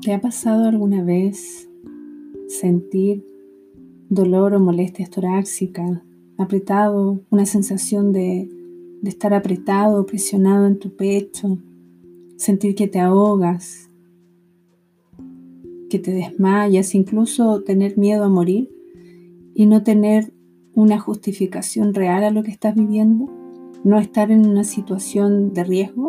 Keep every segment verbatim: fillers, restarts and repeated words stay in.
¿Te ha pasado alguna vez sentir dolor o molestia torácica, apretado, una sensación de, de estar apretado, presionado en tu pecho, sentir que te ahogas, que te desmayas, incluso tener miedo a morir y no tener una justificación real a lo que estás viviendo, no estar en una situación de riesgo?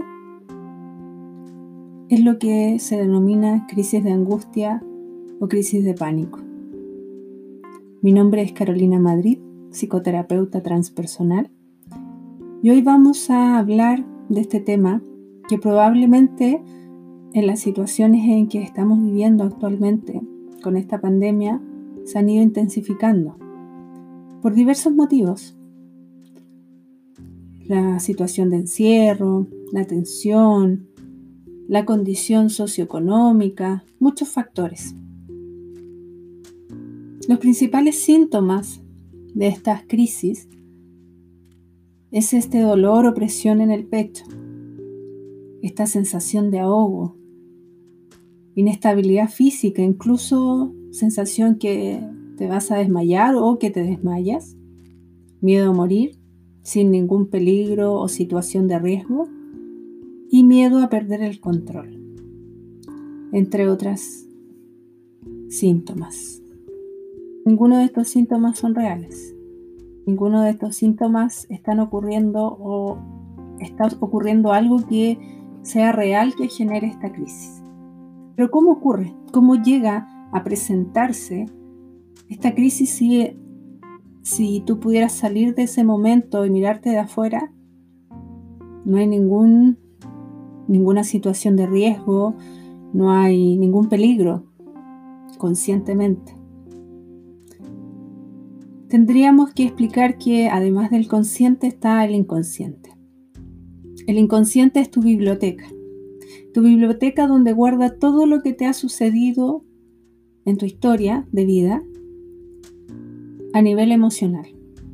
Es lo que se denomina crisis de angustia o crisis de pánico. Mi nombre es Carolina Madrid, psicoterapeuta transpersonal, y hoy vamos a hablar de este tema que probablemente en las situaciones en que estamos viviendo actualmente con esta pandemia se han ido intensificando por diversos motivos. La situación de encierro, la tensión, la condición socioeconómica, muchos factores. Los principales síntomas de estas crisis es este dolor o presión en el pecho, esta sensación de ahogo, inestabilidad física, incluso sensación que te vas a desmayar o que te desmayas, miedo a morir sin ningún peligro o situación de riesgo y miedo a perder el control, entre otros síntomas. Ninguno de estos síntomas son reales. Ninguno de estos síntomas están ocurriendo o está ocurriendo algo que sea real que genere esta crisis. Pero ¿cómo ocurre? ¿Cómo llega a presentarse esta crisis si, si tú pudieras salir de ese momento y mirarte de afuera? No hay ningún, ninguna situación de riesgo, no hay ningún peligro conscientemente. Tendríamos que explicar que además del consciente está el inconsciente. El inconsciente es tu biblioteca. Tu biblioteca donde guarda todo lo que te ha sucedido en tu historia de vida a nivel emocional.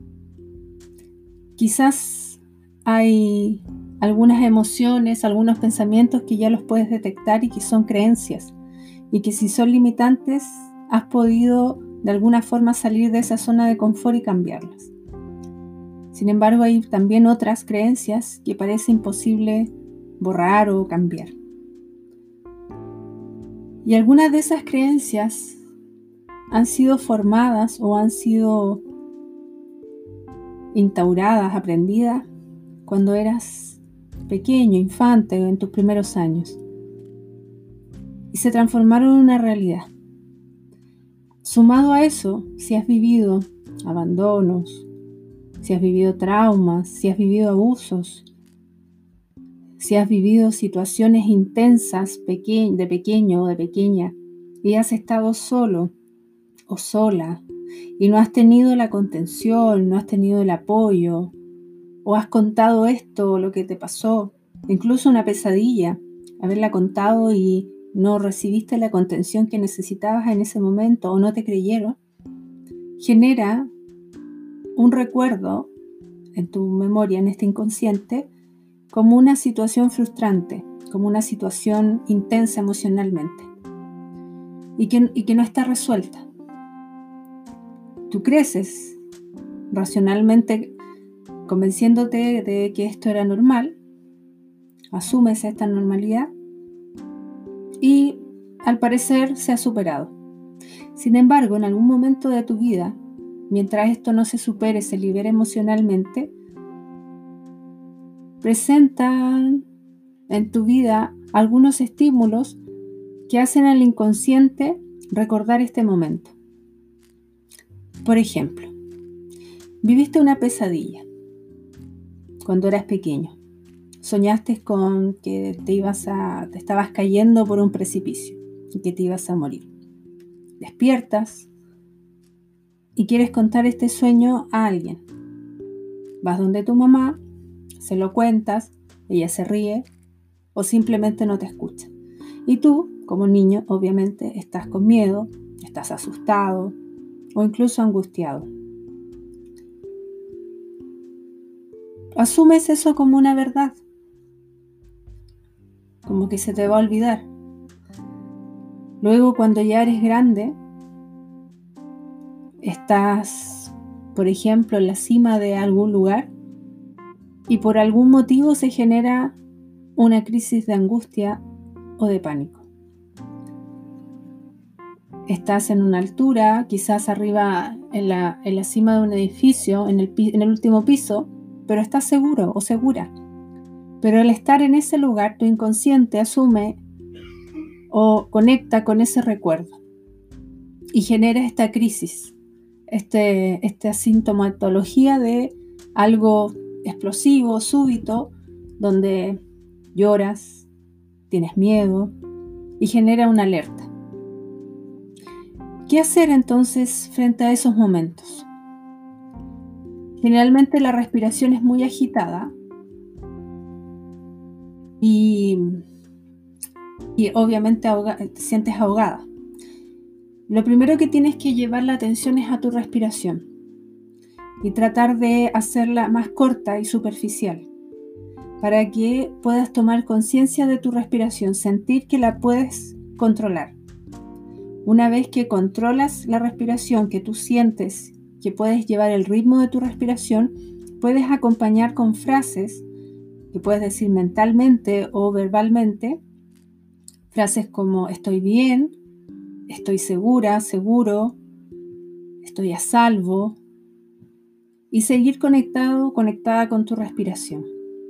Quizás hay algunas emociones, algunos pensamientos que ya los puedes detectar y que son creencias y que si son limitantes has podido de alguna forma salir de esa zona de confort y cambiarlas. Sin embargo, hay también otras creencias que parece imposible borrar o cambiar. Y algunas de esas creencias han sido formadas o han sido instauradas, aprendidas cuando eras pequeño, infante o en tus primeros años. Y se transformaron en una realidad. Sumado a eso, si has vivido abandonos, si has vivido traumas, si has vivido abusos, si has vivido situaciones intensas peque- de pequeño o de pequeña y has estado solo o sola y no has tenido la contención, no has tenido el apoyo o has contado esto, lo que te pasó, incluso una pesadilla, haberla contado y no recibiste la contención que necesitabas en ese momento o no te creyeron, genera un recuerdo en tu memoria, en este inconsciente, como una situación frustrante, como una situación intensa emocionalmente y que, y que no está resuelta. Tú creces racionalmente convenciéndote de que esto era normal, asumes esta normalidad y al parecer se ha superado. Sin embargo, en algún momento de tu vida, mientras esto no se supere, se libere emocionalmente, presentan en tu vida algunos estímulos que hacen al inconsciente recordar este momento. Por ejemplo, viviste una pesadilla cuando eras pequeño. Soñaste con que te ibas a, te estabas cayendo por un precipicio y que te ibas a morir. Despiertas y quieres contar este sueño a alguien. Vas donde tu mamá, se lo cuentas, ella se ríe o simplemente no te escucha. Y tú, como niño, obviamente estás con miedo, estás asustado o incluso angustiado. Asumes eso como una verdad, como que se te va a olvidar. Luego, cuando ya eres grande, estás, por ejemplo, en la cima de algún lugar y por algún motivo se genera una crisis de angustia o de pánico. Estás en una altura, quizás arriba en la, en la cima de un edificio, en el, en el último piso, pero estás seguro o segura. Pero al estar en ese lugar, tu inconsciente asume o conecta con ese recuerdo y genera esta crisis, este, esta sintomatología de algo explosivo, súbito, donde lloras, tienes miedo y genera una alerta. ¿Qué hacer entonces frente a esos momentos? Generalmente la respiración es muy agitada y, y obviamente ahoga, te sientes ahogada. Lo primero que tienes que llevar la atención es a tu respiración y tratar de hacerla más corta y superficial para que puedas tomar conciencia de tu respiración, sentir que la puedes controlar. Una vez que controlas la respiración, que tú sientes que puedes llevar el ritmo de tu respiración, puedes acompañar con frases que puedes decir mentalmente o verbalmente, frases como estoy bien, estoy segura, seguro, estoy a salvo, y seguir conectado, conectada con tu respiración.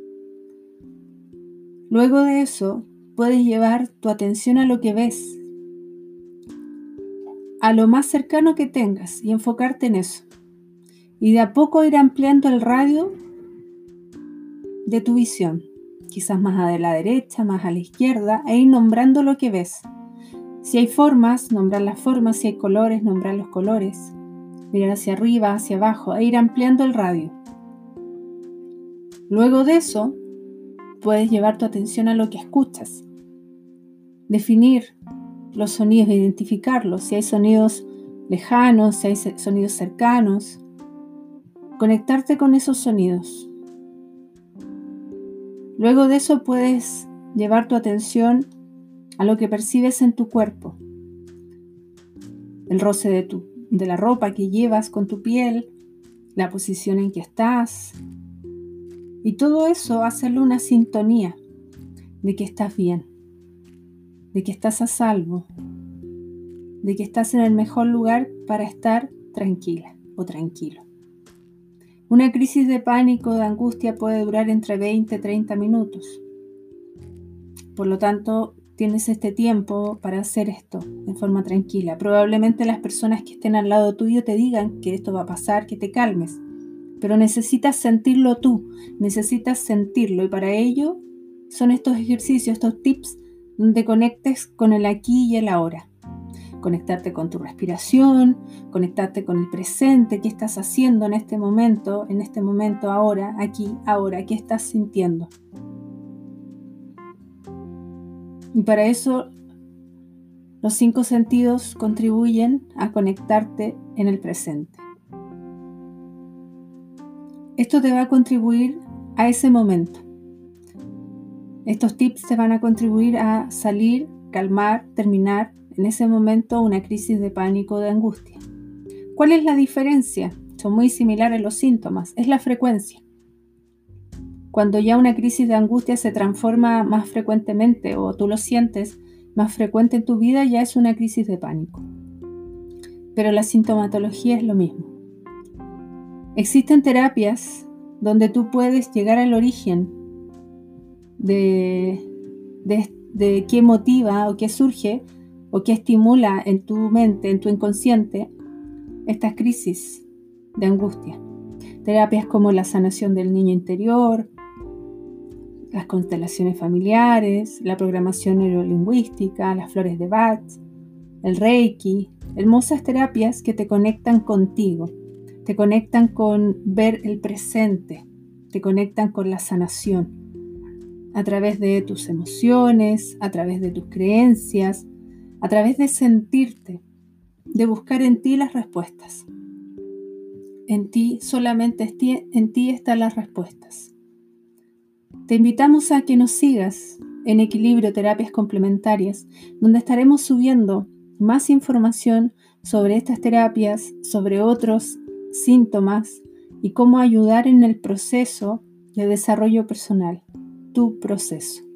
Luego de eso, puedes llevar tu atención a lo que ves, a lo más cercano que tengas y enfocarte en eso. Y de a poco ir ampliando el radio de tu visión, quizás más a la derecha, más a la izquierda, e ir nombrando lo que ves. Si hay formas, nombrar las formas, si hay colores, nombrar los colores, mirar hacia arriba, hacia abajo, e ir ampliando el radio. Luego de eso, puedes llevar tu atención a lo que escuchas, definir los sonidos, identificarlos, si hay sonidos lejanos, si hay sonidos cercanos, conectarte con esos sonidos. Luego de eso puedes llevar tu atención a lo que percibes en tu cuerpo, el roce de, tu, de la ropa que llevas con tu piel, la posición en que estás, y todo eso hacerle una sintonía de que estás bien, de que estás a salvo, de que estás en el mejor lugar para estar tranquila o tranquilo. Una crisis de pánico, de angustia puede durar entre veinte y treinta minutos. Por lo tanto, tienes este tiempo para hacer esto de forma tranquila. Probablemente las personas que estén al lado tuyo te digan que esto va a pasar, que te calmes. Pero necesitas sentirlo tú, necesitas sentirlo. Y para ello son estos ejercicios, estos tips donde conectes con el aquí y el ahora. Conectarte con tu respiración, conectarte con el presente, qué estás haciendo en este momento, en este momento ahora, aquí, ahora, qué estás sintiendo. Y para eso los cinco sentidos contribuyen a conectarte en el presente. Esto te va a contribuir a ese momento. Estos tips te van a contribuir a salir, calmar, terminar en ese momento una crisis de pánico o de angustia. ¿Cuál es la diferencia? Son muy similares los síntomas, es la frecuencia. Cuando ya una crisis de angustia se transforma más frecuentemente o tú lo sientes más frecuente en tu vida, ya es una crisis de pánico. Pero la sintomatología es lo mismo. Existen terapias donde tú puedes llegar al origen de, de, de qué motiva o qué surge o qué estimula en tu mente, en tu inconsciente, estas crisis de angustia. Terapias como la sanación del niño interior, las constelaciones familiares, la programación neurolingüística, las flores de Bach, el Reiki, hermosas terapias que te conectan contigo, te conectan con ver el presente, te conectan con la sanación a través de tus emociones, a través de tus creencias, a través de sentirte, de buscar en ti las respuestas. En ti, solamente en ti están las respuestas. Te invitamos a que nos sigas En Equilibrio, Terapias Complementarias, donde estaremos subiendo más información sobre estas terapias, sobre otros síntomas y cómo ayudar en el proceso de desarrollo personal, tu proceso.